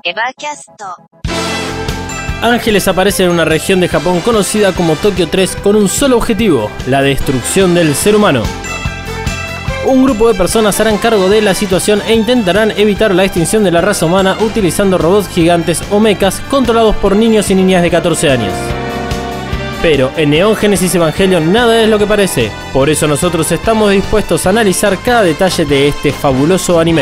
EVAcast. Ángeles aparece en una región de Japón conocida como Tokio 3 con un solo objetivo, la destrucción del ser humano. Un grupo de personas se harán cargo de la situación e intentarán evitar la extinción de la raza humana utilizando robots gigantes o mechas controlados por niños y niñas de 14 años. Pero en Neon Genesis Evangelion nada es lo que parece, por eso nosotros estamos dispuestos a analizar cada detalle de este fabuloso anime.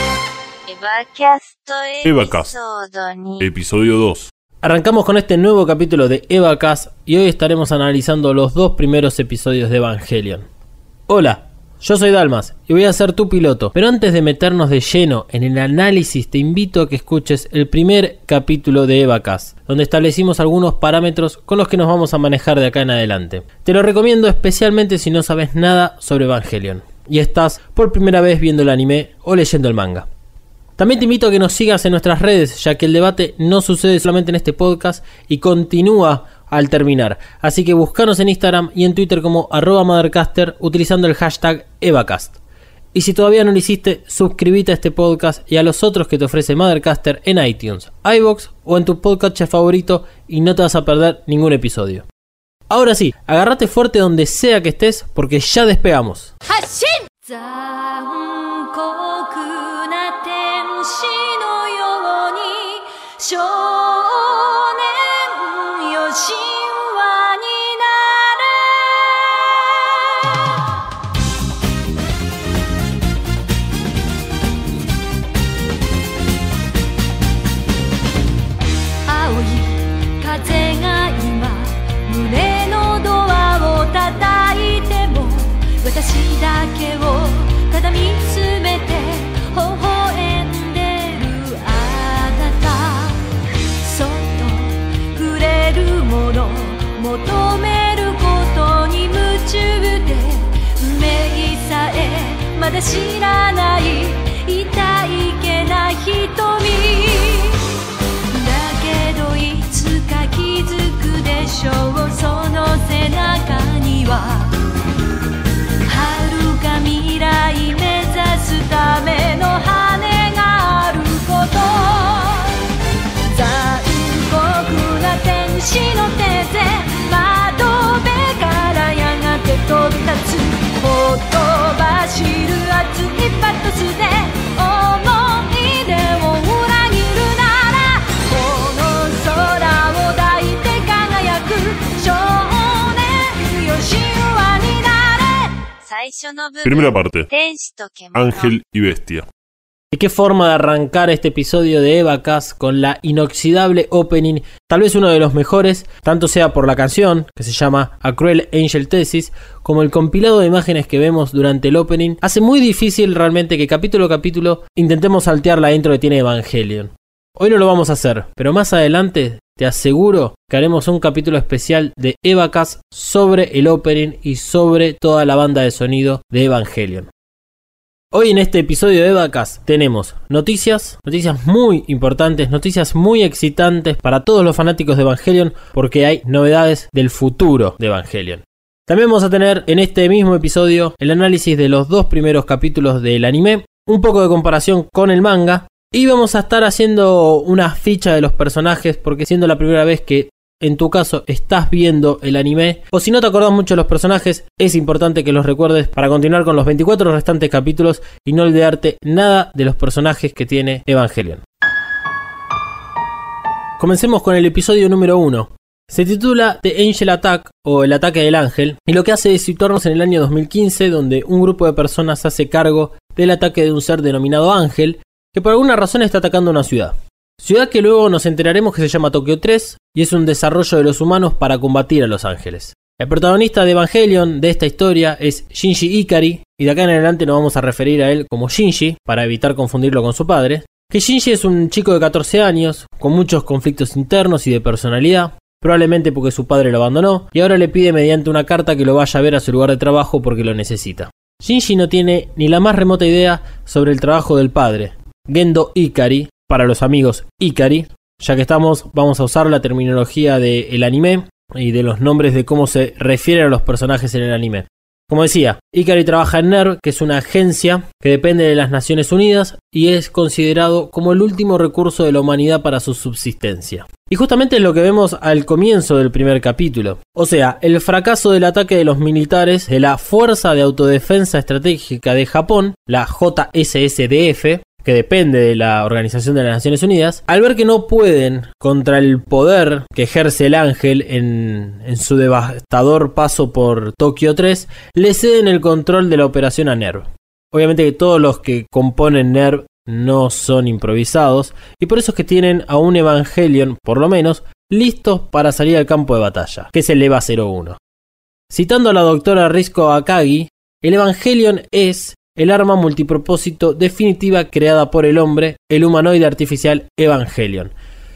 EVAcast, Episodio 2. Arrancamos con este nuevo capítulo de EVAcast y hoy estaremos analizando los dos primeros episodios de Evangelion. Hola, yo soy Dalmas y voy a ser tu piloto, pero antes de meternos de lleno en el análisis te invito a que escuches el primer capítulo de EVAcast, donde establecimos algunos parámetros con los que nos vamos a manejar de acá en adelante. Te lo recomiendo especialmente si no sabes nada sobre Evangelion y estás por primera vez viendo el anime o leyendo el manga. También te invito a que nos sigas en nuestras redes, ya que el debate no sucede solamente en este podcast y continúa al terminar. Así que búscanos en Instagram y en Twitter como @mothercaster utilizando el hashtag EVAcast. Y si todavía no lo hiciste, suscríbete a este podcast y a los otros que te ofrece Mothercaster en iTunes, iVoox o en tu podcast favorito y no te vas a perder ningún episodio. Ahora sí, agárrate fuerte donde sea que estés porque ya despegamos. ¡Hashin! 少年よ神話になれ青い風が今胸のドアを叩いても私だけをただ見つめて微笑んでるあなた求めることに夢中で運命さえまだ知らない痛いけな瞳だけどいつか気づくでしょうその背中には遥か未来目指すための羽があること残酷な天使の手で窓辺からやがて飛び立つほとばしる熱いパトスで思い出を裏切るならこの空を抱いて輝く少年よ神話になれ Primera parte. 天使と獣 Ángel y Bestia. ¿De qué forma de arrancar este episodio de EVAcast con la inoxidable opening? Tal vez uno de los mejores, tanto sea por la canción, que se llama A Cruel Angel Thesis, como el compilado de imágenes que vemos durante el opening. Hace muy difícil realmente que capítulo a capítulo intentemos saltear la intro que tiene Evangelion. Hoy no lo vamos a hacer, pero más adelante te aseguro que haremos un capítulo especial de EVAcast sobre el opening y sobre toda la banda de sonido de Evangelion. Hoy en este episodio de EVAcast tenemos noticias muy importantes, noticias muy excitantes para todos los fanáticos de Evangelion porque hay novedades del futuro de Evangelion. También vamos a tener en este mismo episodio el análisis de los dos primeros capítulos del anime, un poco de comparación con el manga y vamos a estar haciendo una ficha de los personajes porque siendo la primera vez que en tu caso estás viendo el anime o si no te acordás mucho de los personajes es importante que los recuerdes para continuar con los 24 restantes capítulos y no olvidarte nada de los personajes que tiene Evangelion. Comencemos con el episodio número 1. Se titula The Angel Attack o El Ataque del Ángel y lo que hace es situarnos en el año 2015 donde un grupo de personas se hace cargo del ataque de un ser denominado Ángel que por alguna razón está atacando una ciudad. Ciudad que luego nos enteraremos que se llama Tokio 3 y es un desarrollo de los humanos para combatir a los ángeles. El protagonista de Evangelion de esta historia es Shinji Ikari y de acá en adelante nos vamos a referir a él como Shinji para evitar confundirlo con su padre. Que Shinji es un chico de 14 años con muchos conflictos internos y de personalidad, probablemente porque su padre lo abandonó y ahora le pide mediante una carta que lo vaya a ver a su lugar de trabajo porque lo necesita. Shinji no tiene ni la más remota idea sobre el trabajo del padre, Gendo Ikari, para los amigos Ikari. Ya que estamos, vamos a usar la terminología del anime y de los nombres de cómo se refieren a los personajes en el anime. Como decía, Ikari trabaja en NERV, que es una agencia que depende de las Naciones Unidas y es considerado como el último recurso de la humanidad para su subsistencia. Y justamente es lo que vemos al comienzo del primer capítulo. O sea, el fracaso del ataque de los militares de la Fuerza de Autodefensa Estratégica de Japón, la JSSDF, que depende de la Organización de las Naciones Unidas, al ver que no pueden contra el poder que ejerce el Ángel en su devastador paso por Tokio 3, le ceden el control de la operación a NERV. Obviamente que todos los que componen NERV no son improvisados, y por eso es que tienen a un Evangelion, por lo menos, listos para salir al campo de batalla, que es el EVA 01. Citando a la doctora Rizko Akagi, el Evangelion es el arma multipropósito definitiva creada por el hombre, el humanoide artificial Evangelion.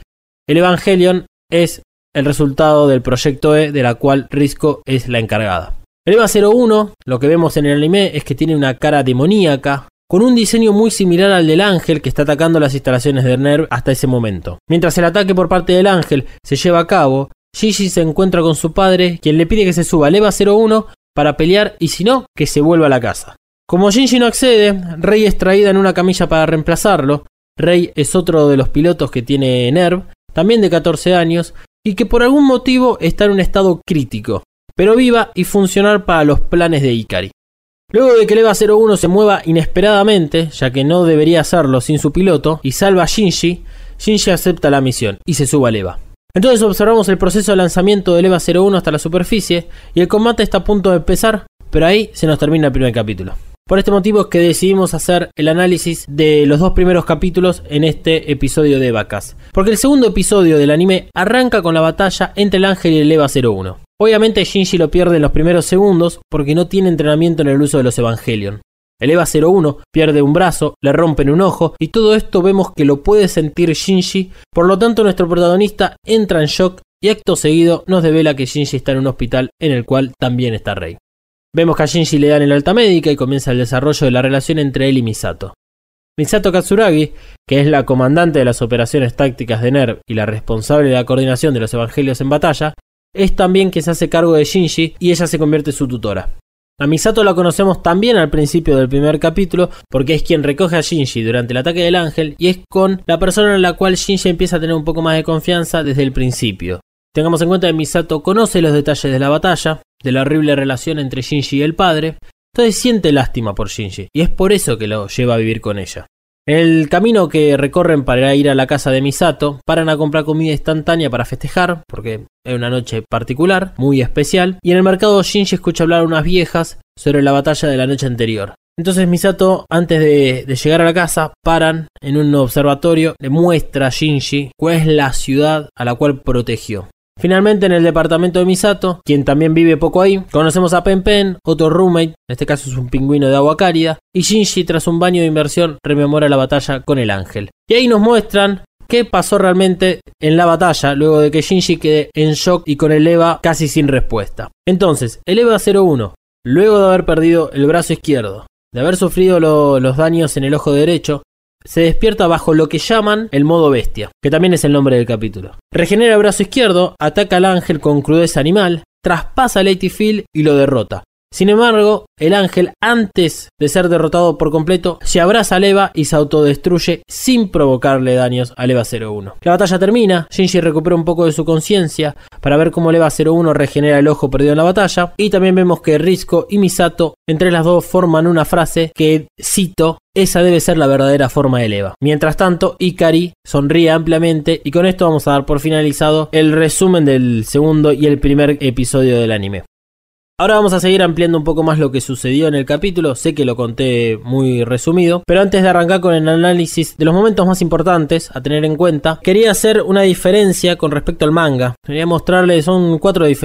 El Evangelion es el resultado del proyecto E, de la cual Rizko es la encargada. El EVA 01, lo que vemos en el anime es que tiene una cara demoníaca, con un diseño muy similar al del Ángel que está atacando las instalaciones de NERV hasta ese momento. Mientras el ataque por parte del Ángel se lleva a cabo, Shinji se encuentra con su padre, quien le pide que se suba al EVA 01 para pelear y si no, que se vuelva a la casa. Como Shinji no accede, Rei es traída en una camilla para reemplazarlo. Rei es otro de los pilotos que tiene NERV, también de 14 años, y que por algún motivo está en un estado crítico, pero viva y funcional para los planes de Ikari. Luego de que el EVA 01 se mueva inesperadamente, ya que no debería hacerlo sin su piloto, y salva a Shinji, Shinji acepta la misión y se sube al EVA. Entonces observamos el proceso de lanzamiento del EVA 01 hasta la superficie, y el combate está a punto de empezar, pero ahí se nos termina el primer capítulo. Por este motivo es que decidimos hacer el análisis de los dos primeros capítulos en este episodio de Vacas. Porque el segundo episodio del anime arranca con la batalla entre el Ángel y el EVA 01. Obviamente Shinji lo pierde en los primeros segundos porque no tiene entrenamiento en el uso de los Evangelion. El EVA 01 pierde un brazo, le rompen un ojo y todo esto vemos que lo puede sentir Shinji, por lo tanto nuestro protagonista entra en shock y acto seguido nos devela que Shinji está en un hospital en el cual también está Rei. Vemos que a Shinji le dan el alta médica y comienza el desarrollo de la relación entre él y Misato. Misato Katsuragi, que es la comandante de las operaciones tácticas de NERV y la responsable de la coordinación de los Evangelios en batalla, es también quien se hace cargo de Shinji y ella se convierte en su tutora. A Misato la conocemos también al principio del primer capítulo porque es quien recoge a Shinji durante el ataque del Ángel y es con la persona en la cual Shinji empieza a tener un poco más de confianza desde el principio. Tengamos en cuenta que Misato conoce los detalles de la batalla, de la horrible relación entre Shinji y el padre, entonces siente lástima por Shinji y es por eso que lo lleva a vivir con ella. En el camino que recorren para ir a la casa de Misato, paran a comprar comida instantánea para festejar, porque es una noche particular, muy especial, y en el mercado Shinji escucha hablar a unas viejas sobre la batalla de la noche anterior. Entonces Misato, antes de llegar a la casa, paran en un observatorio, le muestra a Shinji cuál es la ciudad a la cual protegió. Finalmente en el departamento de Misato, quien también vive poco ahí, conocemos a Pen Pen, otro roommate, en este caso es un pingüino de agua cálida, y Shinji tras un baño de inmersión rememora la batalla con el Ángel. Y ahí nos muestran qué pasó realmente en la batalla luego de que Shinji quede en shock y con el EVA casi sin respuesta. Entonces, el EVA 01, luego de haber perdido el brazo izquierdo, de haber sufrido los daños en el ojo derecho, se despierta bajo lo que llaman el modo bestia, que también es el nombre del capítulo. Regenera el brazo izquierdo, ataca al Ángel con crudeza animal, traspasa a Lady Phil y lo derrota. Sin embargo, el Ángel, antes de ser derrotado por completo, se abraza al EVA y se autodestruye sin provocarle daños al EVA 01. La batalla termina, Shinji recupera un poco de su conciencia para ver cómo el EVA 01 regenera el ojo perdido en la batalla, y también vemos que Rizko y Misato, entre las dos, forman una frase que, cito, esa debe ser la verdadera forma del EVA. Mientras tanto, Ikari sonríe ampliamente y con esto vamos a dar por finalizado el resumen del segundo y el primer episodio del anime. Ahora vamos a seguir ampliando un poco más lo que sucedió en el capítulo, sé que lo conté muy resumido, pero antes de arrancar con el análisis de los momentos más importantes a tener en cuenta, quería hacer una diferencia con respecto al manga. Quería mostrarles, son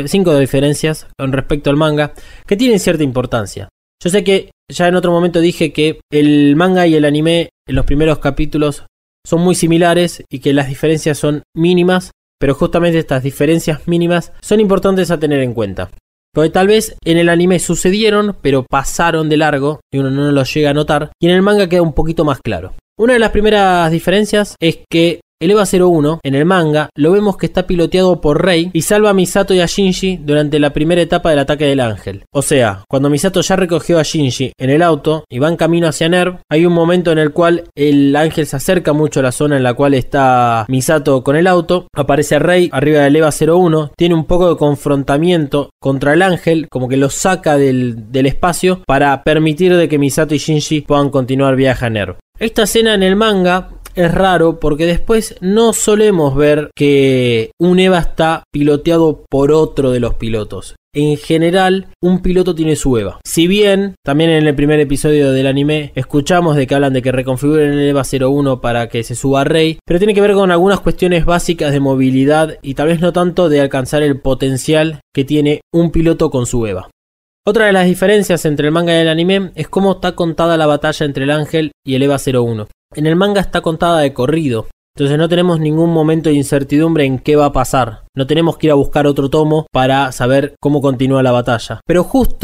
5 diferencias con respecto al manga que tienen cierta importancia. Yo sé que ya en otro momento dije que el manga y el anime en los primeros capítulos son muy similares y que las diferencias son mínimas, pero justamente estas diferencias mínimas son importantes a tener en cuenta. Porque tal vez en el anime sucedieron, pero pasaron de largo y uno no los llega a notar, y en el manga queda un poquito más claro. Una de las primeras diferencias es que El EVA 01, en el manga, lo vemos que está piloteado por Rei y salva a Misato y a Shinji durante la primera etapa del ataque del ángel. O sea, cuando Misato ya recogió a Shinji en el auto y va en camino hacia NERV, hay un momento en el cual el ángel se acerca mucho a la zona en la cual está Misato con el auto, aparece Rei arriba del EVA 01, tiene un poco de confrontamiento contra el ángel, como que lo saca del espacio para permitir de que Misato y Shinji puedan continuar viaje a NERV. Esta escena en el manga es raro porque después no solemos ver que un EVA está piloteado por otro de los pilotos. En general, un piloto tiene su EVA. Si bien, también en el primer episodio del anime, escuchamos de que hablan de que reconfiguren el EVA 01 para que se suba a Rei, pero tiene que ver con algunas cuestiones básicas de movilidad y tal vez no tanto de alcanzar el potencial que tiene un piloto con su EVA. Otra de las diferencias entre el manga y el anime es cómo está contada la batalla entre el ángel y el EVA 01. En el manga está contada de corrido, entonces no tenemos ningún momento de incertidumbre en qué va a pasar. No tenemos que ir a buscar otro tomo para saber cómo continúa la batalla. Pero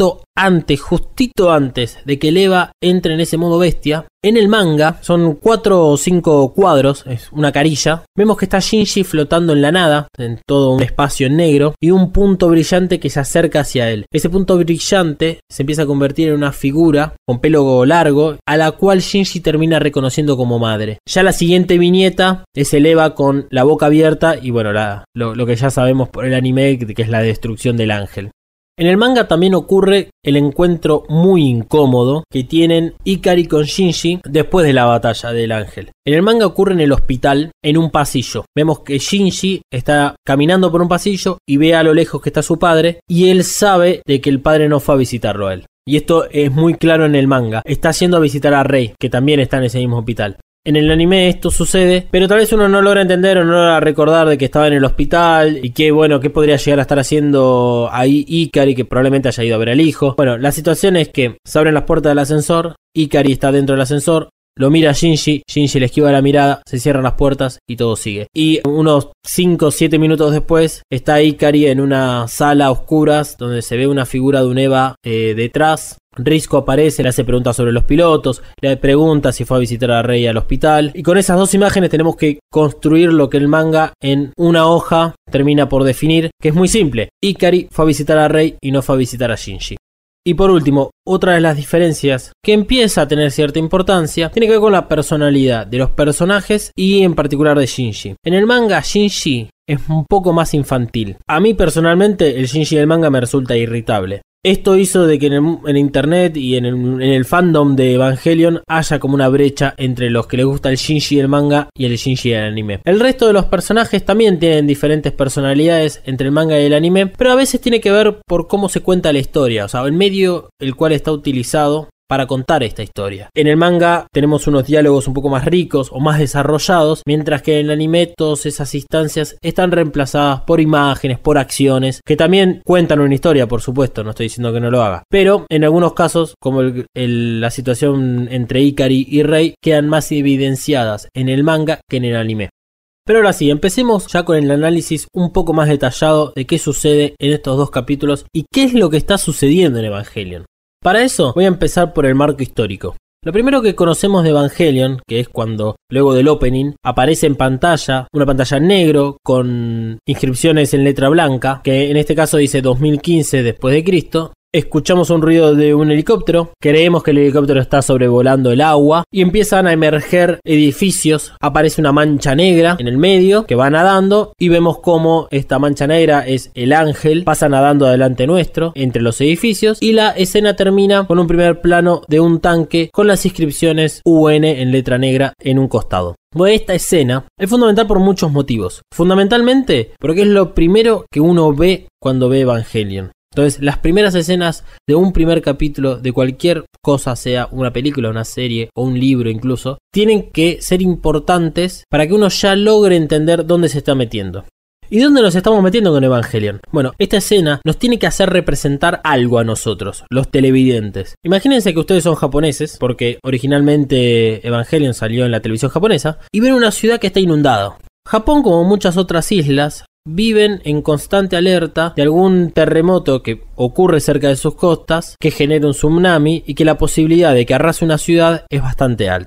justito antes de que el EVA entre en ese modo bestia, en el manga, son 4 o 5 cuadros, es una carilla, vemos que está Shinji flotando en la nada, en todo un espacio negro, y un punto brillante que se acerca hacia él. Ese punto brillante se empieza a convertir en una figura con pelo largo, a la cual Shinji termina reconociendo como madre. Ya la siguiente viñeta es el EVA con la boca abierta y bueno, lo que ya sabemos por el anime, que es la destrucción del ángel. En el manga también ocurre el encuentro muy incómodo que tienen Ikari con Shinji después de la batalla del ángel. En el manga ocurre en el hospital, en un pasillo. Vemos que Shinji está caminando por un pasillo y ve a lo lejos que está su padre y él sabe de que el padre no fue a visitarlo a él. Y esto es muy claro en el manga. Está yendo a visitar a Rei, que también está en ese mismo hospital. En el anime esto sucede, pero tal vez uno no logra entender o no logra recordar de que estaba en el hospital y qué podría llegar a estar haciendo ahí Ikari, que probablemente haya ido a ver al hijo. Bueno, la situación es que se abren las puertas del ascensor, Ikari está dentro del ascensor, lo mira a Shinji le esquiva la mirada, se cierran las puertas y todo sigue. Y unos 5 o 7 minutos después está Ikari en una sala a oscuras donde se ve una figura de un EVA detrás. Risco aparece, le hace preguntas sobre los pilotos, le pregunta si fue a visitar a Rei al hospital. Y con esas dos imágenes tenemos que construir lo que el manga en una hoja termina por definir, que es muy simple. Ikari fue a visitar a Rei y no fue a visitar a Shinji. Y por último, otra de las diferencias que empieza a tener cierta importancia tiene que ver con la personalidad de los personajes y en particular de Shinji. En el manga, Shinji es un poco más infantil. A mí personalmente el Shinji del manga me resulta irritable. Esto hizo de que en internet y en el fandom de Evangelion haya como una brecha entre los que les gusta el Shinji del manga y el Shinji del anime. El resto de los personajes también tienen diferentes personalidades entre el manga y el anime, pero a veces tiene que ver por cómo se cuenta la historia, o sea, el medio el cual está utilizado para contar esta historia. En el manga tenemos unos diálogos un poco más ricos o más desarrollados, mientras que en el anime todas esas instancias están reemplazadas por imágenes, por acciones, que también cuentan una historia, por supuesto, no estoy diciendo que no lo haga, pero en algunos casos, como la situación entre Ikari y Rei, quedan más evidenciadas en el manga que en el anime. Pero ahora sí, empecemos ya con el análisis un poco más detallado de qué sucede en estos dos capítulos y qué es lo que está sucediendo en Evangelion. Para eso voy a empezar por el marco histórico. Lo primero que conocemos de Evangelion, que es cuando luego del opening aparece en pantalla una pantalla en negro con inscripciones en letra blanca, que en este caso dice 2015 después de Cristo. Escuchamos un ruido de un helicóptero, creemos que el helicóptero está sobrevolando el agua y empiezan a emerger edificios. Aparece una mancha negra en el medio que va nadando y vemos cómo esta mancha negra es el ángel, pasa nadando adelante nuestro entre los edificios y la escena termina con un primer plano de un tanque con las inscripciones UN en letra negra en un costado. Bueno, esta escena es fundamental por muchos motivos. Fundamentalmente porque es lo primero que uno ve cuando ve Evangelion. Entonces, las primeras escenas de un primer capítulo de cualquier cosa, sea una película, una serie o un libro incluso, tienen que ser importantes para que uno ya logre entender dónde se está metiendo. ¿Y dónde nos estamos metiendo con Evangelion? Bueno, esta escena nos tiene que hacer representar algo a nosotros, los televidentes. Imagínense que ustedes son japoneses, porque originalmente Evangelion salió en la televisión japonesa, y ven una ciudad que está inundada. Japón, como muchas otras islas, viven en constante alerta de algún terremoto que ocurre cerca de sus costas, que genera un tsunami y que la posibilidad de que arrase una ciudad es bastante alta.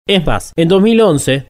Es más, en 2011,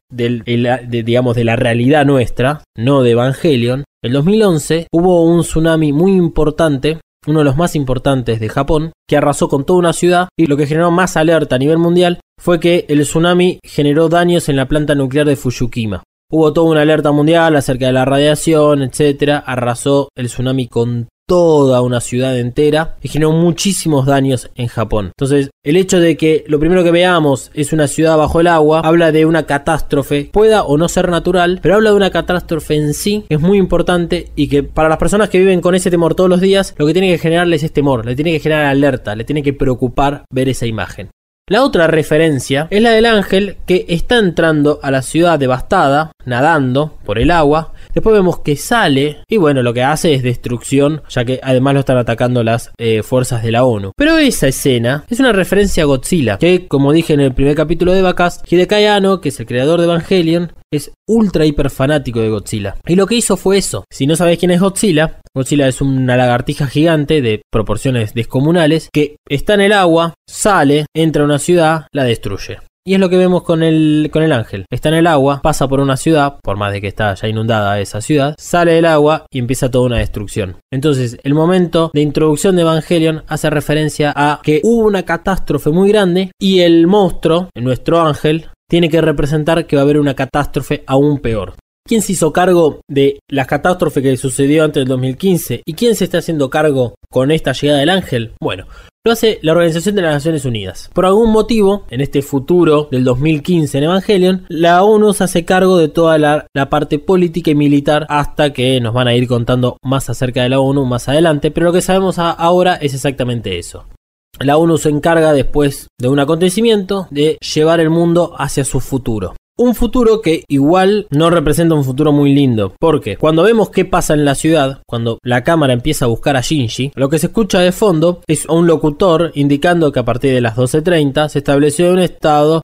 digamos de la realidad nuestra, no de Evangelion, en 2011 hubo un tsunami muy importante, uno de los más importantes de Japón, que arrasó con toda una ciudad, y lo que generó más alerta a nivel mundial fue que el tsunami generó daños en la planta nuclear de Fukushima. Hubo toda una alerta mundial acerca de la radiación, etcétera. Arrasó el tsunami con toda una ciudad entera y generó muchísimos daños en Japón. Entonces, el hecho de que lo primero que veamos es una ciudad bajo el agua, habla de una catástrofe, pueda o no ser natural, pero habla de una catástrofe en sí, que es muy importante y que para las personas que viven con ese temor todos los días, lo que tiene que generarles es temor, le tiene que generar alerta, le tiene que preocupar ver esa imagen. La otra referencia es la del ángel que está entrando a la ciudad devastada, nadando por el agua. Después vemos que sale y bueno, lo que hace es destrucción, ya que además lo están atacando las fuerzas de la ONU. Pero esa escena es una referencia a Godzilla, que como dije en el primer capítulo de Evacast, Hideaki Anno, que es el creador de Evangelion, es ultra hiper fanático de Godzilla. Y lo que hizo fue eso. Si no sabéis quién es Godzilla, Godzilla es una lagartija gigante de proporciones descomunales que está en el agua, sale, entra a una ciudad, la destruye. Y es lo que vemos con el ángel. Está en el agua, pasa por una ciudad, por más de que está ya inundada esa ciudad, sale del agua y empieza toda una destrucción. Entonces, el momento de introducción de Evangelion hace referencia a que hubo una catástrofe muy grande y el monstruo, nuestro ángel, tiene que representar que va a haber una catástrofe aún peor. ¿Quién se hizo cargo de la catástrofe que sucedió antes del 2015? ¿Y quién se está haciendo cargo con esta llegada del ángel? Bueno, lo hace la Organización de las Naciones Unidas. Por algún motivo, en este futuro del 2015 en Evangelion, la ONU se hace cargo de toda la parte política y militar, hasta que nos van a ir contando más acerca de la ONU más adelante, pero lo que sabemos ahora es exactamente eso. La ONU se encarga, después de un acontecimiento, de llevar el mundo hacia su futuro. Un futuro que igual no representa un futuro muy lindo, porque cuando vemos qué pasa en la ciudad, cuando la cámara empieza a buscar a Shinji, lo que se escucha de fondo es a un locutor indicando que a partir de las 12:30 se estableció un estado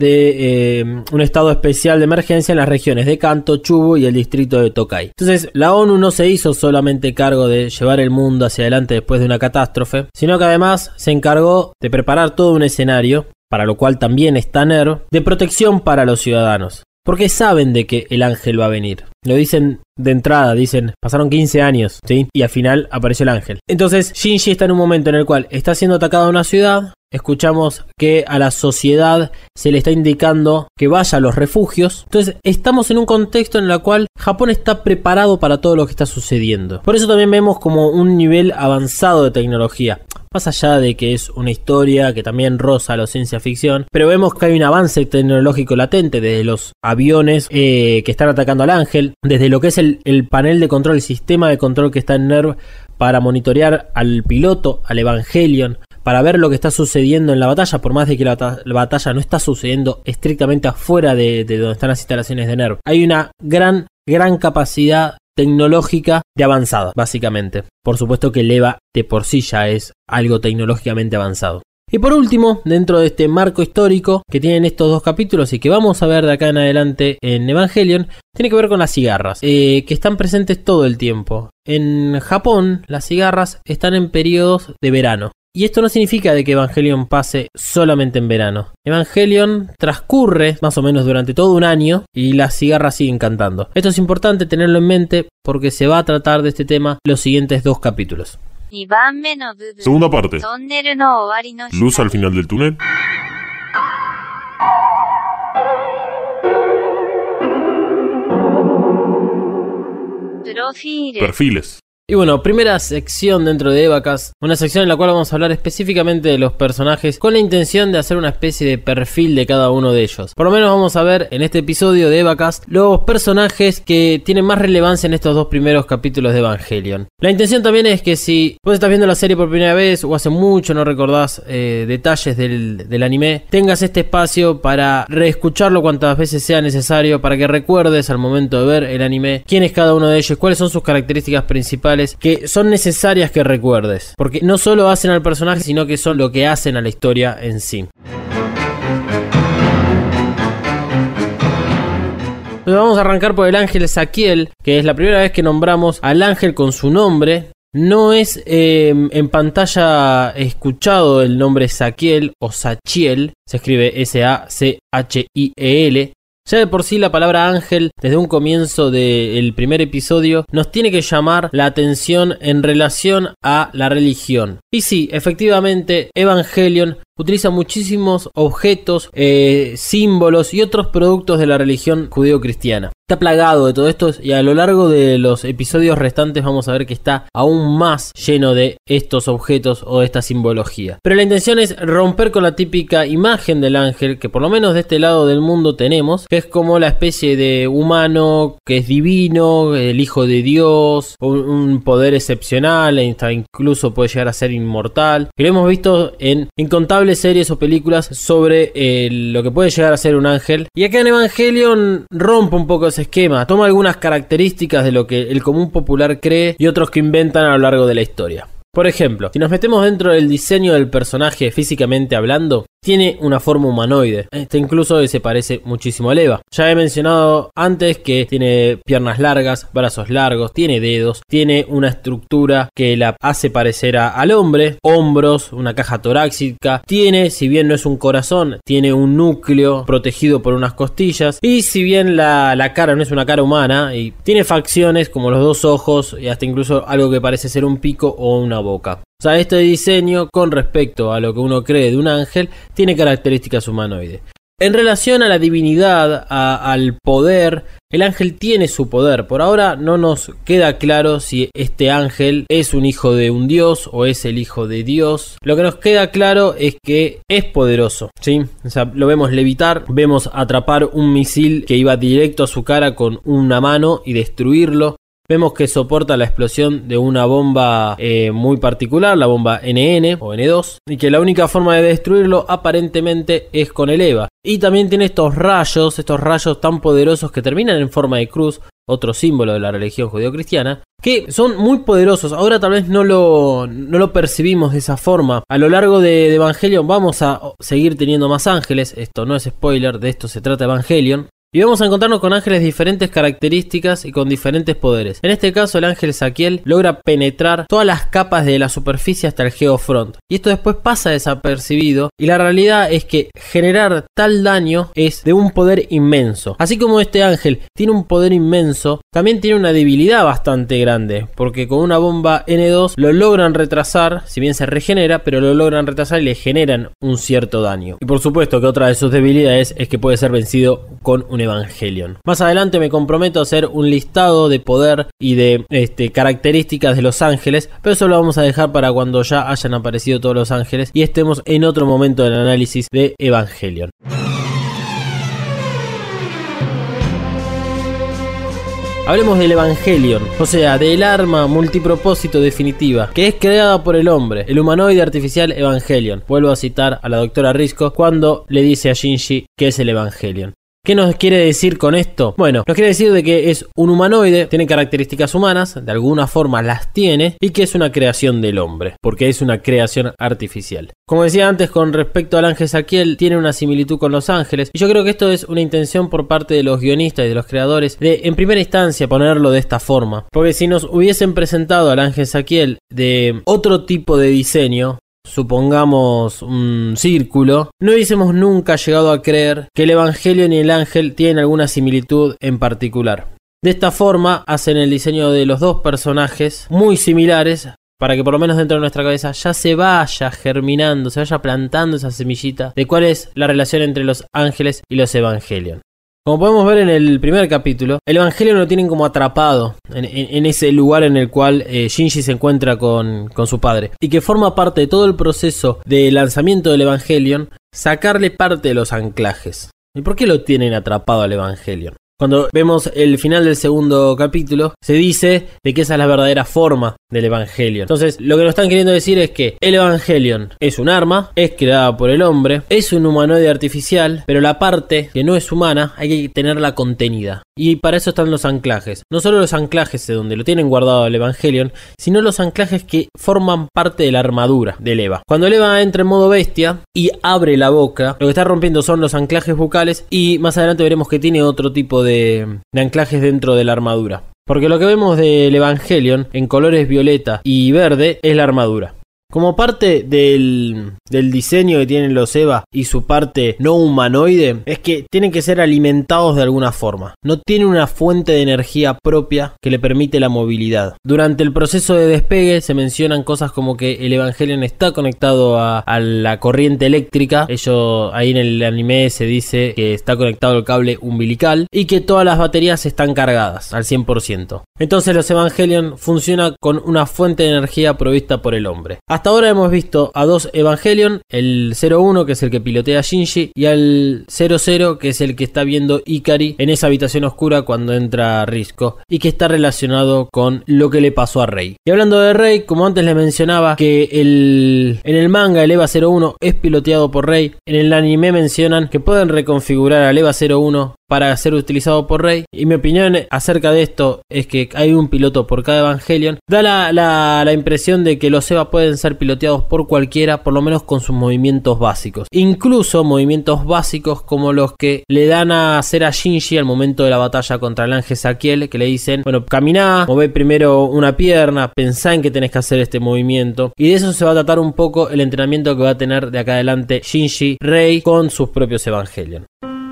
especial de emergencia en las regiones de Kanto, Chubu y el distrito de Tokai. Entonces, la ONU no se hizo solamente cargo de llevar el mundo hacia adelante después de una catástrofe, sino que además se encargó de preparar todo un escenario, para lo cual también está NERV, de protección para los ciudadanos. Porque saben de que el ángel va a venir. Lo dicen de entrada, dicen, pasaron 15 años, ¿sí? Y al final apareció el ángel. Entonces, Shinji está en un momento en el cual está siendo atacada una ciudad. Escuchamos que a la sociedad se le está indicando que vaya a los refugios. Entonces, estamos en un contexto en el cual Japón está preparado para todo lo que está sucediendo. Por eso también vemos como un nivel avanzado de tecnología. Más allá de que es una historia que también roza la ciencia ficción, pero vemos que hay un avance tecnológico latente desde los aviones que están atacando al ángel, desde lo que es el panel de control, el sistema de control que está en NERV para monitorear al piloto, al Evangelion, para ver lo que está sucediendo en la batalla, por más de que la batalla no está sucediendo estrictamente afuera de donde están las instalaciones de NERV. Hay una gran capacidad tecnológica de avanzada, básicamente. Por supuesto que el EVA de por sí ya es algo tecnológicamente avanzado. Y por último, dentro de este marco histórico que tienen estos dos capítulos y que vamos a ver de acá en adelante en Evangelion, tiene que ver con las cigarras, que están presentes todo el tiempo. En Japón, las cigarras están en periodos de verano. Y esto no significa de que Evangelion pase solamente en verano. Evangelion transcurre más o menos durante todo un año y las cigarras siguen cantando. Esto es importante tenerlo en mente porque se va a tratar de este tema los siguientes dos capítulos. Segunda parte. Luz al final del túnel. Perfiles. Y bueno, primera sección dentro de Evacast, una sección en la cual vamos a hablar específicamente de los personajes con la intención de hacer una especie de perfil de cada uno de ellos. Por lo menos vamos a ver en este episodio de Evacast los personajes que tienen más relevancia en estos dos primeros capítulos de Evangelion. La intención también es que si vos estás viendo la serie por primera vez o hace mucho no recordás detalles del anime, tengas este espacio para reescucharlo cuantas veces sea necesario, para que recuerdes al momento de ver el anime quién es cada uno de ellos, cuáles son sus características principales que son necesarias que recuerdes, porque no solo hacen al personaje, sino que son lo que hacen a la historia en sí. Entonces vamos a arrancar por el ángel Zaquiel, que es la primera vez que nombramos al ángel con su nombre No es en pantalla escuchado el nombre Saquiel o Sachiel, se escribe S-A-C-H-I-E-L. Ya de por sí la palabra ángel, desde un comienzo del primer episodio, nos tiene que llamar la atención en relación a la religión. Y sí, efectivamente, Evangelion utiliza muchísimos objetos, símbolos y otros productos de la religión judeo-cristiana. Está plagado de todo esto y a lo largo de los episodios restantes vamos a ver que está aún más lleno de estos objetos o de esta simbología. Pero la intención es romper con la típica imagen del ángel que por lo menos de este lado del mundo tenemos, que es como la especie de humano que es divino, el hijo de Dios, un poder excepcional, incluso puede llegar a ser inmortal. Que lo hemos visto en incontables series o películas sobre lo que puede llegar a ser un ángel. Y acá en Evangelion rompe un poco ese esquema, toma algunas características de lo que el común popular cree y otros que inventan a lo largo de la historia. Por ejemplo, si nos metemos dentro del diseño del personaje físicamente hablando, tiene una forma humanoide. Incluso se parece muchísimo a Eva. Ya he mencionado antes que tiene piernas largas, brazos largos, tiene dedos, tiene una estructura que la hace parecer al hombre, hombros, una caja torácica, tiene, si bien no es un corazón, tiene un núcleo protegido por unas costillas, y si bien la cara no es una cara humana, y tiene facciones como los dos ojos y hasta incluso algo que parece ser un pico o una boca. O sea, este diseño con respecto a lo que uno cree de un ángel tiene características humanoides. En relación a la divinidad, al poder, el ángel tiene su poder. Por ahora no nos queda claro si este ángel es un hijo de un dios o es el hijo de Dios. Lo que nos queda claro es que es poderoso, ¿sí? O sea, lo vemos levitar, vemos atrapar un misil que iba directo a su cara con una mano y destruirlo. Vemos que soporta la explosión de una bomba muy particular, la bomba NN o N2, y que la única forma de destruirlo aparentemente es con el EVA. Y también tiene estos rayos tan poderosos que terminan en forma de cruz, otro símbolo de la religión judeocristiana, que son muy poderosos. Ahora tal vez no lo percibimos de esa forma. A lo largo de Evangelion vamos a seguir teniendo más ángeles, esto no es spoiler, de esto se trata Evangelion. Y vamos a encontrarnos con ángeles de diferentes características y con diferentes poderes. En este caso el ángel Saquiel logra penetrar todas las capas de la superficie hasta el Geofront. Y esto después pasa desapercibido y la realidad es que generar tal daño es de un poder inmenso. Así como este ángel tiene un poder inmenso, también tiene una debilidad bastante grande. Porque con una bomba N2 lo logran retrasar, si bien se regenera, pero lo logran retrasar y le generan un cierto daño. Y por supuesto que otra de sus debilidades es que puede ser vencido con un Evangelion. Más adelante me comprometo a hacer un listado de poder y de características de los ángeles, pero eso lo vamos a dejar para cuando ya hayan aparecido todos los ángeles y estemos en otro momento del análisis de Evangelion. Hablemos del Evangelion, o sea, del arma multipropósito definitiva, que es creada por el hombre, el humanoide artificial Evangelion. Vuelvo a citar a la doctora Risco cuando le dice a Shinji que es el Evangelion. ¿Qué nos quiere decir con esto? Bueno, nos quiere decir de que es un humanoide, tiene características humanas, de alguna forma las tiene, y que es una creación del hombre, porque es una creación artificial. Como decía antes, con respecto al ángel Saquiel, tiene una similitud con los ángeles, y yo creo que esto es una intención por parte de los guionistas y de los creadores de, en primera instancia, ponerlo de esta forma. Porque si nos hubiesen presentado al ángel Saquiel de otro tipo de diseño, supongamos un círculo, no hubiésemos nunca llegado a creer que el Evangelion y el ángel tienen alguna similitud en particular. De esta forma hacen el diseño de los dos personajes muy similares para que por lo menos dentro de nuestra cabeza ya se vaya germinando, se vaya plantando esa semillita de cuál es la relación entre los ángeles y los Evangelion. Como podemos ver en el primer capítulo, el Evangelion lo tienen como atrapado en ese lugar en el cual Shinji se encuentra con su padre. Y que forma parte de todo el proceso de lanzamiento del Evangelion, sacarle parte de los anclajes. ¿Y por qué lo tienen atrapado al Evangelion? Cuando vemos el final del segundo capítulo, se dice de que esa es la verdadera forma del Evangelion. Entonces, lo que nos están queriendo decir es que el Evangelion es un arma, es creada por el hombre, es un humanoide artificial, pero la parte que no es humana hay que tenerla contenida. Y para eso están los anclajes. No solo los anclajes de donde lo tienen guardado el Evangelion, sino los anclajes que forman parte de la armadura del Eva. Cuando el Eva entra en modo bestia y abre la boca, lo que está rompiendo son los anclajes bucales y más adelante veremos que tiene otro tipo de anclajes dentro de la armadura. porque lo que vemos del Evangelion en colores violeta y verde es la armadura. Como parte del diseño que tienen los Eva y su parte no humanoide, es que tienen que ser alimentados de alguna forma. No tienen una fuente de energía propia que le permite la movilidad. Durante el proceso de despegue se mencionan cosas como que el Evangelion está conectado a la corriente eléctrica. Ahí en el anime se dice que está conectado al cable umbilical y que todas las baterías están cargadas al 100%. Entonces los Evangelion funcionan con una fuente de energía provista por el hombre. Hasta ahora hemos visto a dos Evangelion, el 01 que es el que pilotea a Shinji y al 00 que es el que está viendo Ikari en esa habitación oscura cuando entra Risco y que está relacionado con lo que le pasó a Rei. Y hablando de Rei, como antes les mencionaba que en el manga el Eva 01 es piloteado por Rei, en el anime mencionan que pueden reconfigurar al Eva 01 para ser utilizado por Rei, y mi opinión acerca de esto es que hay un piloto por cada Evangelion. Da la impresión de que los Eva pueden ser piloteados por cualquiera, por lo menos con sus movimientos básicos, incluso movimientos básicos como los que le dan a hacer a Shinji al momento de la batalla contra el ángel Saquiel, que le dicen, bueno, caminá, mové primero una pierna, pensá en que tenés que hacer este movimiento, y de eso se va a tratar un poco el entrenamiento que va a tener de acá adelante Shinji Rei con sus propios Evangelion.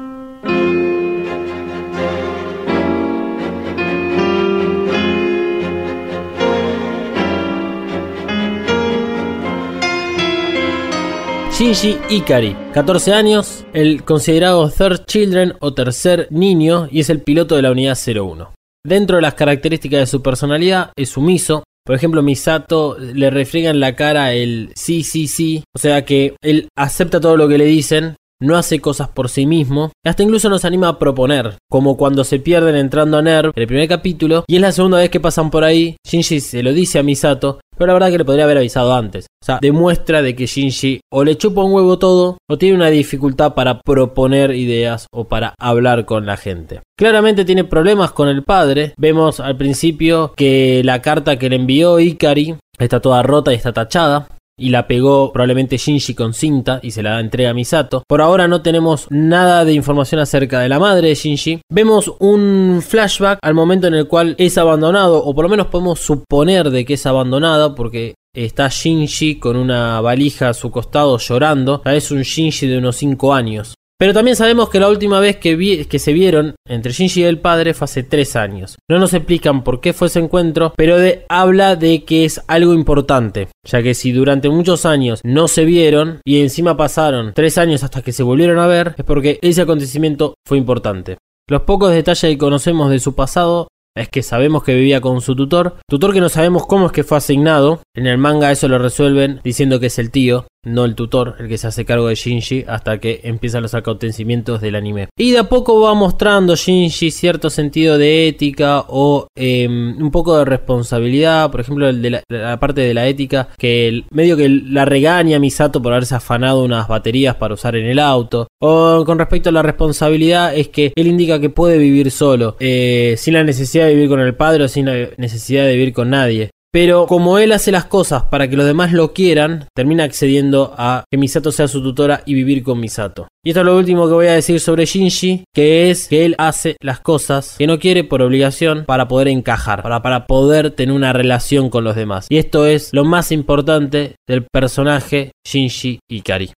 Shinji Ikari, 14 años, el considerado Third Children o tercer niño, y es el piloto de la unidad 01. Dentro de las características de su personalidad es sumiso. Por ejemplo, Misato le refriega en la cara el sí, sí, sí, o sea que él acepta todo lo que le dicen, no hace cosas por sí mismo, hasta incluso nos anima a proponer, como cuando se pierden entrando a NERV en el primer capítulo, y es la segunda vez que pasan por ahí. Shinji se lo dice a Misato, pero la verdad que le podría haber avisado antes. O sea, demuestra de que Shinji o le chupa un huevo todo, o tiene una dificultad para proponer ideas o para hablar con la gente. Claramente tiene problemas con el padre. Vemos al principio que la carta que le envió Ikari está toda rota y está tachada, y la pegó probablemente Shinji con cinta y se la entrega a Misato. Por ahora no tenemos nada de información acerca de la madre de Shinji. Vemos un flashback al momento en el cual es abandonado, o por lo menos podemos suponer de que es abandonado, porque está Shinji con una valija a su costado llorando. Es un Shinji de unos 5 años. Pero también sabemos que la última vez que se vieron entre Shinji y el padre fue hace 3 años. No nos explican por qué fue ese encuentro, pero habla de que es algo importante, ya que si durante muchos años no se vieron y encima pasaron 3 años hasta que se volvieron a ver, es porque ese acontecimiento fue importante. Los pocos detalles que conocemos de su pasado es que sabemos que vivía con su tutor que no sabemos cómo es que fue asignado. En el manga eso lo resuelven diciendo que es el tío, no el tutor, el que se hace cargo de Shinji hasta que empiezan los acontecimientos del anime. Y de a poco va mostrando Shinji cierto sentido de ética o un poco de responsabilidad. Por ejemplo, la parte de la ética, que medio que la regaña a Misato por haberse afanado unas baterías para usar en el auto. O con respecto a la responsabilidad, es que él indica que puede vivir solo, sin la necesidad de vivir con el padre o sin la necesidad de vivir con nadie. Pero como él hace las cosas para que los demás lo quieran, termina accediendo a que Misato sea su tutora y vivir con Misato. Y esto es lo último que voy a decir sobre Shinji, que es que él hace las cosas que no quiere por obligación para poder encajar, para poder tener una relación con los demás. Y esto es lo más importante del personaje Shinji Ikari.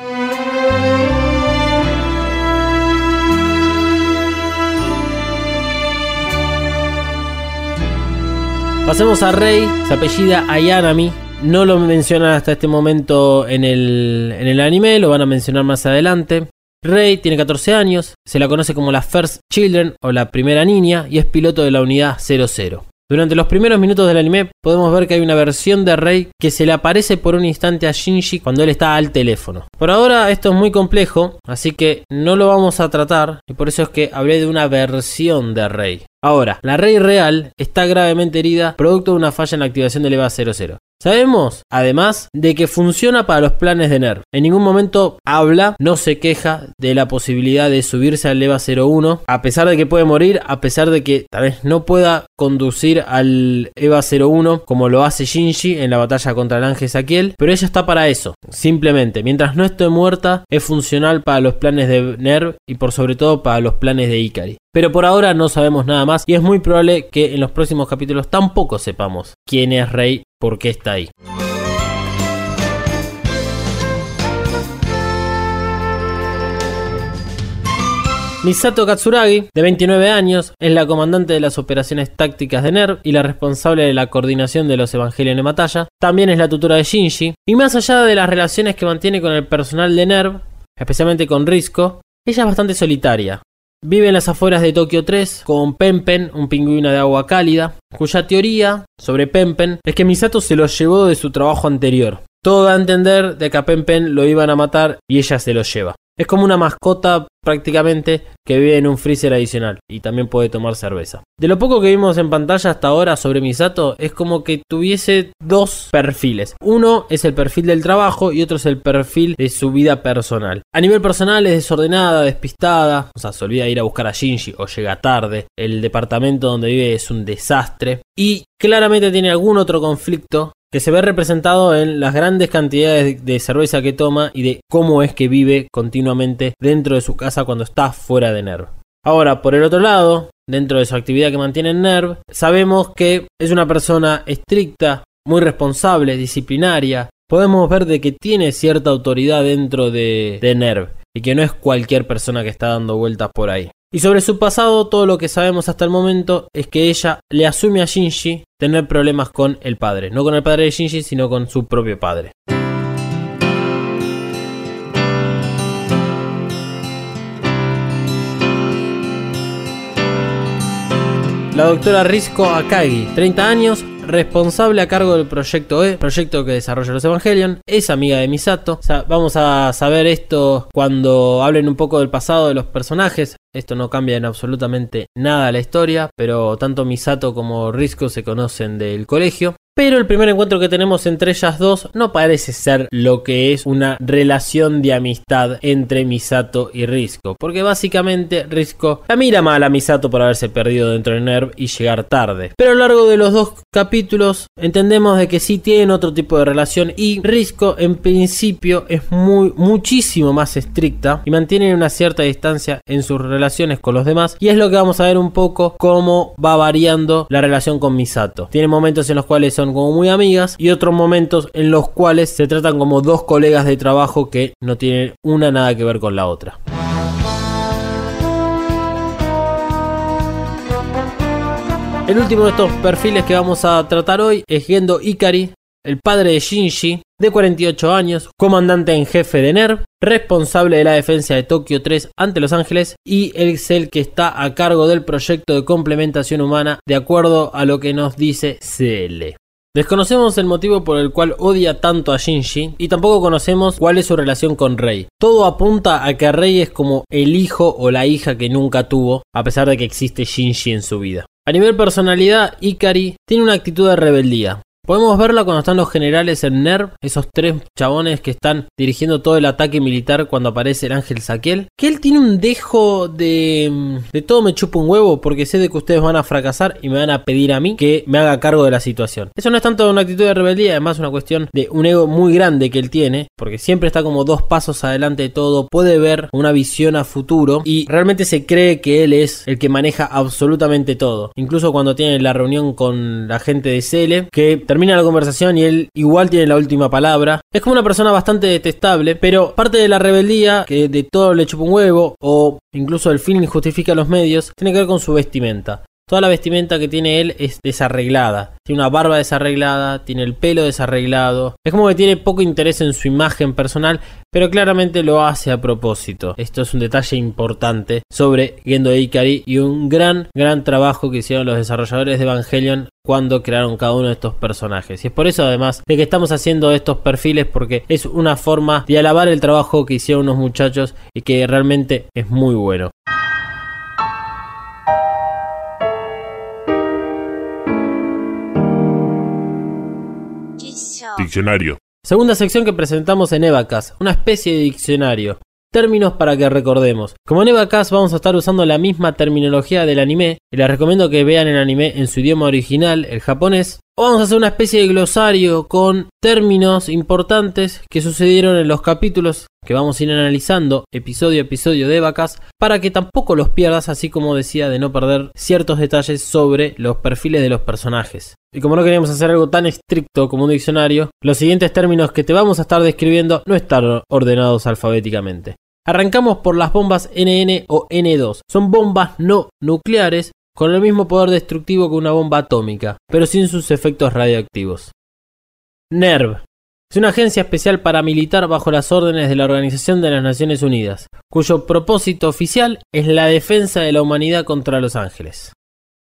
Pasemos a Rei, se apellida Ayanami. No lo mencionan hasta este momento en el anime, lo van a mencionar más adelante. Rei tiene 14 años, se la conoce como la First Children o la primera niña y es piloto de la unidad 00. Durante los primeros minutos del anime podemos ver que hay una versión de Rei que se le aparece por un instante a Shinji cuando él está al teléfono. Por ahora esto es muy complejo, así que no lo vamos a tratar y por eso es que hablé de una versión de Rei. Ahora, la Rei real está gravemente herida producto de una falla en la activación del EVA 00. Sabemos, además, de que funciona para los planes de NERV. En ningún momento habla, no se queja de la posibilidad de subirse al EVA 01, a pesar de que puede morir, a pesar de que tal vez no pueda conducir al EVA 01 como lo hace Shinji en la batalla contra el ángel Saquiel, pero ella está para eso. Simplemente, mientras no esté muerta, es funcional para los planes de NERV y por sobre todo para los planes de Ikari. pero por ahora no sabemos nada más y es muy probable que en los próximos capítulos tampoco sepamos quién es Rei, por qué está ahí. Misato Katsuragi, de 29 años, es la comandante de las operaciones tácticas de NERV y la responsable de la coordinación de los Evangelion en batalla. También es la tutora de Shinji. Y más allá de las relaciones que mantiene con el personal de NERV, especialmente con Risco, ella es bastante solitaria. Vive en las afueras de Tokio 3 con Pen-Pen, un pingüino de agua cálida, cuya teoría sobre Pen-Pen es que Misato se lo llevó de su trabajo anterior. Todo da a entender de que a Pen-Pen lo iban a matar y ella se lo lleva. Es como una mascota prácticamente que vive en un freezer adicional y también puede tomar cerveza. De lo poco que vimos en pantalla hasta ahora sobre Misato es como que tuviese dos perfiles. Uno es el perfil del trabajo y otro es el perfil de su vida personal. A nivel personal es desordenada, despistada, o sea, se olvida de ir a buscar a Shinji o llega tarde. El departamento donde vive es un desastre y claramente tiene algún otro conflicto que se ve representado en las grandes cantidades de cerveza que toma y de cómo es que vive continuamente dentro de su casa cuando está fuera de NERV. Ahora, por el otro lado, dentro de su actividad que mantiene en NERV, sabemos que es una persona estricta, muy responsable, disciplinaria. Podemos ver de que tiene cierta autoridad dentro de NERV y que no es cualquier persona que está dando vueltas por ahí. Y sobre su pasado, todo lo que sabemos hasta el momento es que ella le asume a Shinji tener problemas con el padre. No con el padre de Shinji, sino con su propio padre. La doctora Risco Akagi, 30 años, responsable a cargo del proyecto E, proyecto que desarrolla los Evangelion, es amiga de Misato. O sea, vamos a saber esto cuando hablen un poco del pasado de los personajes. Esto no cambia en absolutamente nada la historia, pero tanto Misato como Risco se conocen del colegio. Pero el primer encuentro que tenemos entre ellas dos no parece ser lo que es una relación de amistad entre Misato y Risco, porque básicamente Risco la mira mal a Misato por haberse perdido dentro de NERV y llegar tarde. Pero a lo largo de los dos capítulos entendemos de que sí tienen otro tipo de relación y Risco en principio es muchísimo más estricta y mantiene una cierta distancia en sus relaciones con los demás, y es lo que vamos a ver un poco cómo va variando la relación con Misato. Tiene momentos en los cuales son como muy amigas y otros momentos en los cuales se tratan como dos colegas de trabajo que no tienen una nada que ver con la otra. El último de estos perfiles que vamos a tratar hoy es Gendo Ikari, el padre de Shinji, de 48 años, comandante en jefe de NERV, responsable de la defensa de Tokio 3 ante Los Ángeles y es el que está a cargo del proyecto de complementación humana de acuerdo a lo que nos dice CL. Desconocemos el motivo por el cual odia tanto a Shinji y tampoco conocemos cuál es su relación con Rei. Todo apunta a que Rei es como el hijo o la hija que nunca tuvo, a pesar de que existe Shinji en su vida. A nivel personalidad, Ikari tiene una actitud de rebeldía. Podemos verla cuando están los generales en NERV, esos tres chabones que están dirigiendo todo el ataque militar cuando aparece el Ángel Saquiel. Que él tiene un dejo de todo me chupa un huevo porque sé de que ustedes van a fracasar y me van a pedir a mí que me haga cargo de la situación. Eso no es tanto una actitud de rebeldía, además es una cuestión de un ego muy grande que él tiene, porque siempre está como dos pasos adelante de todo, puede ver una visión a futuro y realmente se cree que él es el que maneja absolutamente todo. Incluso cuando tiene la reunión con la gente de CL, que termina la conversación y él igual tiene la última palabra. Es como una persona bastante detestable, pero parte de la rebeldía, que de todo le chupa un huevo, o incluso el fin justifica los medios, tiene que ver con su vestimenta. Toda la vestimenta que tiene él es desarreglada. Tiene una barba desarreglada, tiene el pelo desarreglado. Es como que tiene poco interés en su imagen personal, pero claramente lo hace a propósito. Esto es un detalle importante sobre Gendo Ikari y un gran trabajo que hicieron los desarrolladores de Evangelion cuando crearon cada uno de estos personajes. Y es por eso además de que estamos haciendo estos perfiles, porque es una forma de alabar el trabajo que hicieron unos muchachos y que realmente es muy bueno. Diccionario. Segunda sección que presentamos en EvaCast, una especie de diccionario. Términos para que recordemos. Como en EvaCast vamos a estar usando la misma terminología del anime y les recomiendo que vean el anime en su idioma original, el japonés, Vamos a hacer una especie de glosario con términos importantes que sucedieron en los capítulos que vamos a ir analizando episodio a episodio de Evacast para que tampoco los pierdas, así como decía de no perder ciertos detalles sobre los perfiles de los personajes. Y como no queríamos hacer algo tan estricto como un diccionario, los siguientes términos que te vamos a estar describiendo no están ordenados alfabéticamente. Arrancamos por las bombas NN o N2. Son bombas no nucleares con el mismo poder destructivo que una bomba atómica, pero sin sus efectos radioactivos. NERV es una agencia especial paramilitar bajo las órdenes de la Organización de las Naciones Unidas, cuyo propósito oficial es la defensa de la humanidad contra los ángeles.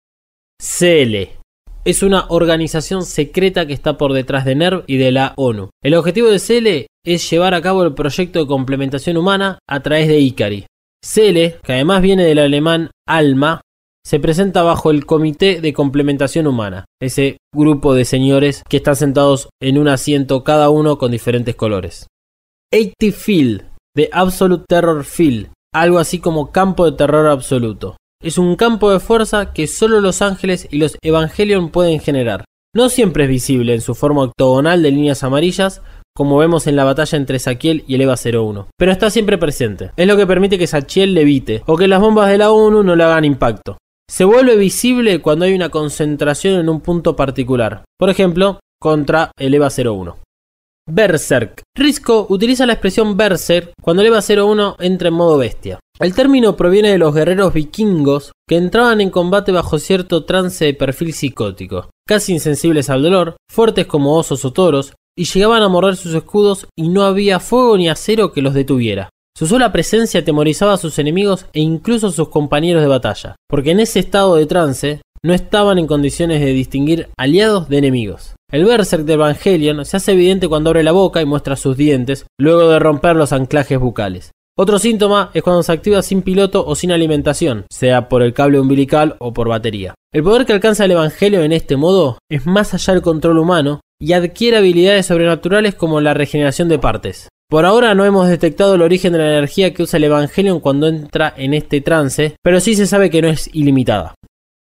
CL es una organización secreta que está por detrás de NERV y de la ONU. El objetivo de CL es llevar a cabo el proyecto de complementación humana a través de Ikari. CL, que además viene del alemán ALMA, se presenta bajo el Comité de Complementación Humana, ese grupo de señores que están sentados en un asiento cada uno con diferentes colores. 80 Field, de Absolute Terror Field, algo así como campo de terror absoluto. Es un campo de fuerza que solo los ángeles y los Evangelion pueden generar. No siempre es visible en su forma octogonal de líneas amarillas, como vemos en la batalla entre Saquiel y el EVA 01, pero está siempre presente. Es lo que permite que Saquiel levite o que las bombas de la ONU no le hagan impacto. Se vuelve visible cuando hay una concentración en un punto particular, por ejemplo, contra el EVA 01. Berserk. Risco utiliza la expresión Berserk cuando el EVA 01 entra en modo bestia. El término proviene de los guerreros vikingos que entraban en combate bajo cierto trance de perfil psicótico, casi insensibles al dolor, fuertes como osos o toros, y llegaban a morder sus escudos y no había fuego ni acero que los detuviera. Su sola presencia atemorizaba a sus enemigos e incluso a sus compañeros de batalla, porque en ese estado de trance no estaban en condiciones de distinguir aliados de enemigos. El Berserk de Evangelion se hace evidente cuando abre la boca y muestra sus dientes, luego de romper los anclajes bucales. Otro síntoma es cuando se activa sin piloto o sin alimentación, sea por el cable umbilical o por batería. El poder que alcanza el Evangelio en este modo es más allá del control humano y adquiere habilidades sobrenaturales como la regeneración de partes. Por ahora no hemos detectado el origen de la energía que usa el Evangelion cuando entra en este trance, pero sí se sabe que no es ilimitada.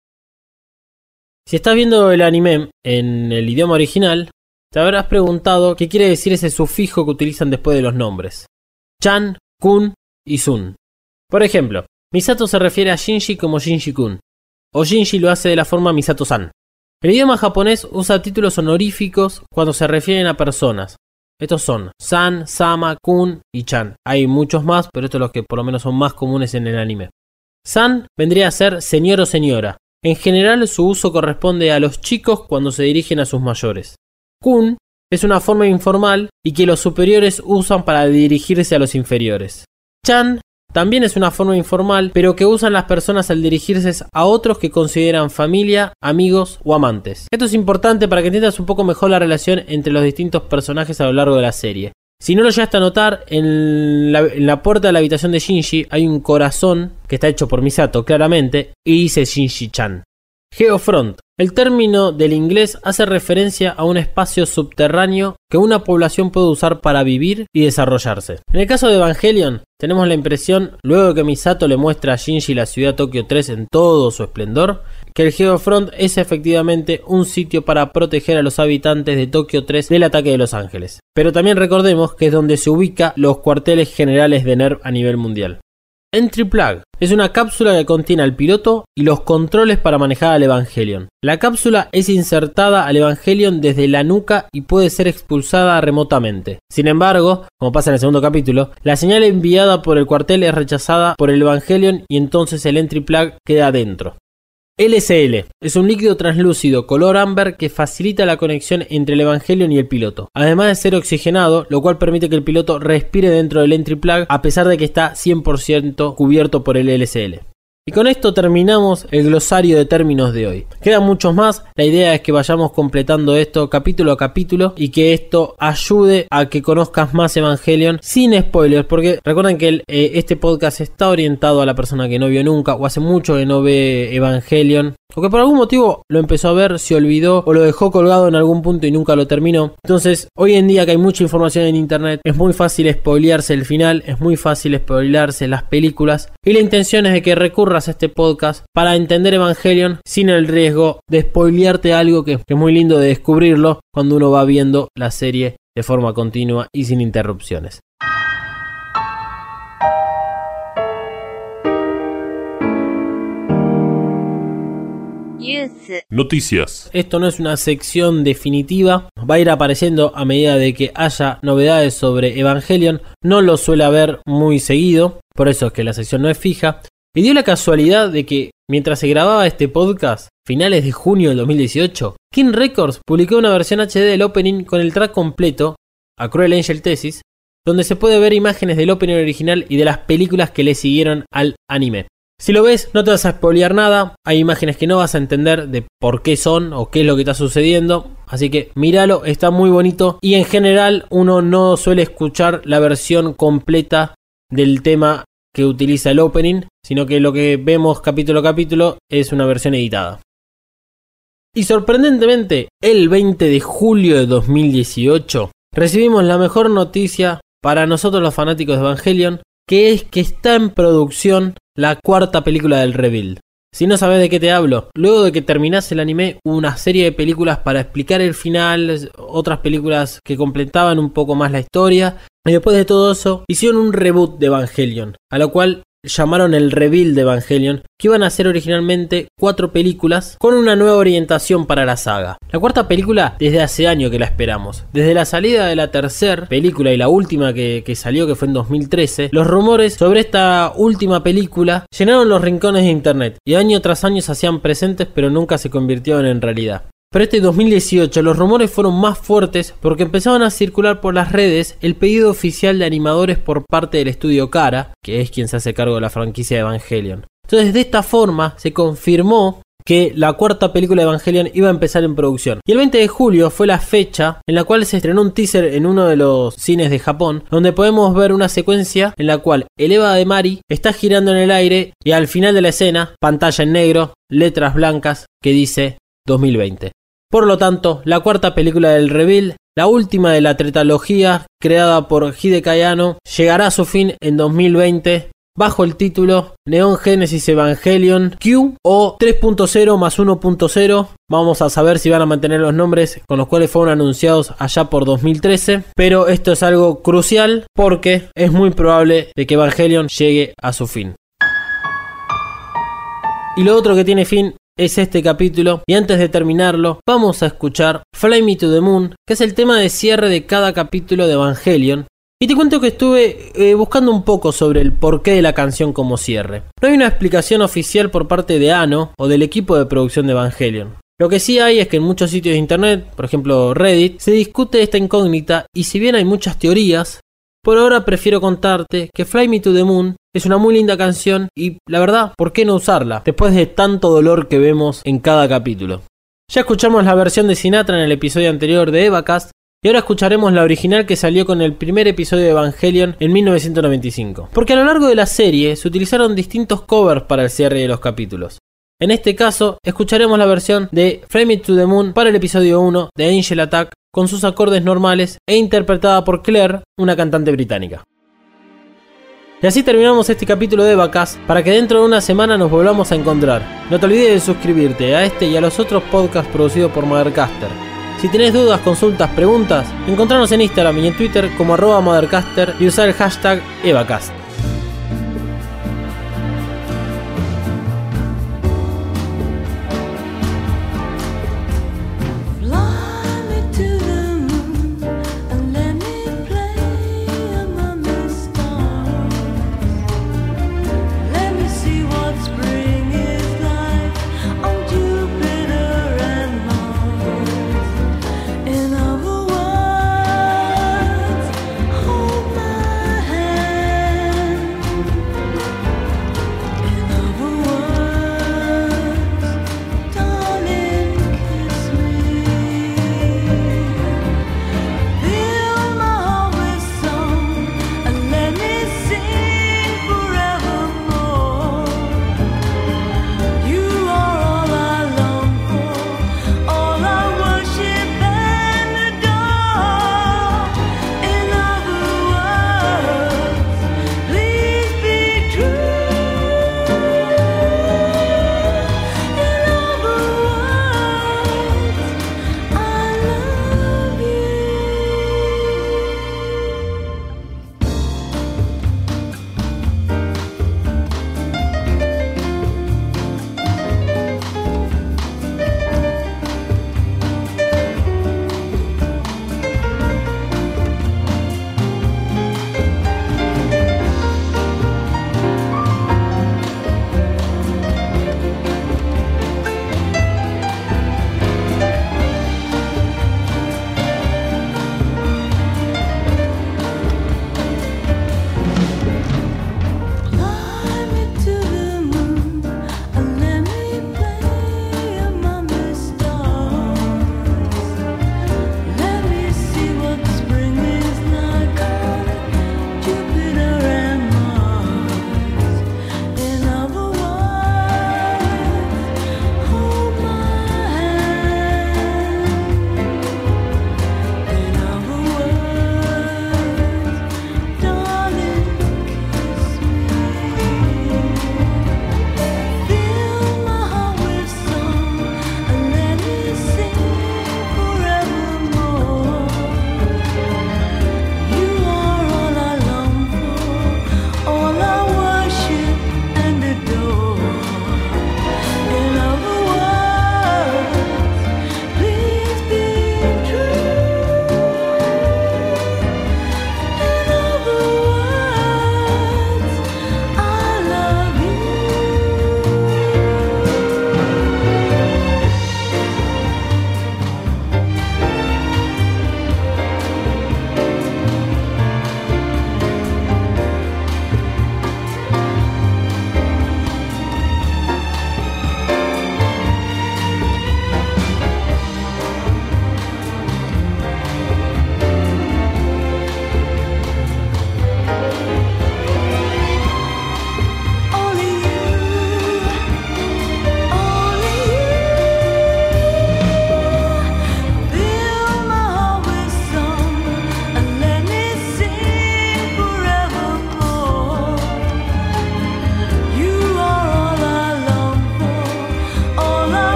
Si estás viendo el anime en el idioma original, te habrás preguntado qué quiere decir ese sufijo que utilizan después de los nombres. Chan, Kun y Sun. Por ejemplo, Misato se refiere a Shinji como Shinji-kun, o Shinji lo hace de la forma Misato-san. El idioma japonés usa títulos honoríficos cuando se refieren a personas. Estos son San, Sama, Kun y Chan. Hay muchos más, pero estos son los que por lo menos son más comunes en el anime. San vendría a ser señor o señora. En general su uso corresponde a los chicos cuando se dirigen a sus mayores. Kun es una forma informal y que los superiores usan para dirigirse a los inferiores. Chan también es una forma informal, pero que usan las personas al dirigirse a otros que consideran familia, amigos o amantes. Esto es importante para que entiendas un poco mejor la relación entre los distintos personajes a lo largo de la serie. Si no lo llegaste a notar, en la puerta de la habitación de Shinji hay un corazón que está hecho por Misato, claramente, y dice Shinji-chan. Geofront. El término del inglés hace referencia a un espacio subterráneo que una población puede usar para vivir y desarrollarse. En el caso de Evangelion, tenemos la impresión, luego que Misato le muestra a Shinji la ciudad Tokio 3 en todo su esplendor, que el Geofront es efectivamente un sitio para proteger a los habitantes de Tokio 3 del ataque de Los Ángeles. Pero también recordemos que es donde se ubican los cuarteles generales de NERV a nivel mundial. Entry Plug es una cápsula que contiene al piloto y los controles para manejar al Evangelion. La cápsula es insertada al Evangelion desde la nuca y puede ser expulsada remotamente. Sin embargo, como pasa en el segundo capítulo, la señal enviada por el cuartel es rechazada por el Evangelion y entonces el Entry Plug queda adentro. LSL es un líquido translúcido color ámbar que facilita la conexión entre el Evangelion y el piloto, además de ser oxigenado, lo cual permite que el piloto respire dentro del Entry Plug a pesar de que está 100% cubierto por el LSL. Y con esto terminamos el glosario de términos de hoy. Quedan muchos más, la idea es que vayamos completando esto capítulo a capítulo y que esto ayude a que conozcas más Evangelion sin spoilers, porque recuerden que este podcast está orientado a la persona que no vio nunca o hace mucho que no ve Evangelion, o que por algún motivo lo empezó a ver, se olvidó o lo dejó colgado en algún punto y nunca lo terminó. Entonces, hoy en día que hay mucha información en internet, es muy fácil spoilearse el final, es muy fácil spoilearse las películas, y la intención es de que recurras a este podcast para entender Evangelion sin el riesgo riesgo de spoilearte algo que es muy lindo de descubrirlo cuando uno va viendo la serie de forma continua y sin interrupciones. Noticias. Esto no es una sección definitiva, va a ir apareciendo a medida de que haya novedades sobre Evangelion. No lo suele haber muy seguido, por eso es que la sección no es fija. Y dio la casualidad de que mientras se grababa este podcast, finales de junio del 2018, King Records publicó una versión HD del opening con el track completo, A Cruel Angel Thesis, donde se puede ver imágenes del opening original y de las películas que le siguieron al anime. Si lo ves, no te vas a spoilear nada, hay imágenes que no vas a entender de por qué son o qué es lo que está sucediendo, así que míralo, está muy bonito y en general uno no suele escuchar la versión completa del tema que utiliza el opening, sino que lo que vemos capítulo a capítulo es una versión editada. Y sorprendentemente, el 20 de julio de 2018, recibimos la mejor noticia para nosotros los fanáticos de Evangelion, que es que está en producción la cuarta película del Rebuild. Si no sabes de qué te hablo, luego de que terminase el anime hubo una serie de películas para explicar el final, otras películas que completaban un poco más la historia, y después de todo eso hicieron un reboot de Evangelion, a lo cual llamaron el Rebuild de Evangelion, que iban a ser originalmente 4 películas con una nueva orientación para la saga. La cuarta película desde hace años que la esperamos. Desde la salida de la tercera película y la última que salió, que fue en 2013, los rumores sobre esta última película llenaron los rincones de internet y año tras año se hacían presentes pero nunca se convirtieron en realidad. Pero este 2018 los rumores fueron más fuertes porque empezaban a circular por las redes el pedido oficial de animadores por parte del estudio Kara, que es quien se hace cargo de la franquicia de Evangelion. Entonces de esta forma se confirmó que la cuarta película de Evangelion iba a empezar en producción. Y el 20 de julio fue la fecha en la cual se estrenó un teaser en uno de los cines de Japón, donde podemos ver una secuencia en la cual el Eva de Mari está girando en el aire y al final de la escena, pantalla en negro, letras blancas que dice 2020. Por lo tanto, la cuarta película del Rebuild, la última de la tetralogía creada por Hideaki Anno, llegará a su fin en 2020 bajo el título Neon Genesis Evangelion Q o 3.0 más 1.0. Vamos a saber si van a mantener los nombres con los cuales fueron anunciados allá por 2013, pero esto es algo crucial porque es muy probable de que Evangelion llegue a su fin. Y lo otro que tiene fin es este capítulo, y antes de terminarlo vamos a escuchar Fly Me to the Moon, que es el tema de cierre de cada capítulo de Evangelion. Y te cuento que estuve buscando un poco sobre el porqué de la canción como cierre. No hay una explicación oficial por parte de Anno o del equipo de producción de Evangelion. Lo que sí hay es que en muchos sitios de internet, por ejemplo Reddit, se discute esta incógnita, y si bien hay muchas teorías, por ahora prefiero contarte que Fly Me to the Moon es una muy linda canción y la verdad, ¿por qué no usarla? Después de tanto dolor que vemos en cada capítulo. Ya escuchamos la versión de Sinatra en el episodio anterior de EvaCast y ahora escucharemos la original que salió con el primer episodio de Evangelion en 1995. Porque a lo largo de la serie se utilizaron distintos covers para el cierre de los capítulos. En este caso, escucharemos la versión de Fly Me to the Moon para el episodio 1 de Angel Attack con sus acordes normales e interpretada por Claire, una cantante británica. Y así terminamos este capítulo de EvaCast para que dentro de una semana nos volvamos a encontrar. No te olvides de suscribirte a este y a los otros podcasts producidos por Mothercaster. Si tenés dudas, consultas, preguntas, encontranos en Instagram y en Twitter como @Mothercaster y usar el hashtag EvaCast.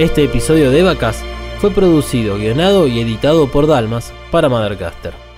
Este episodio de Evacast fue producido, guionado y editado por Dalmas para Mothercaster.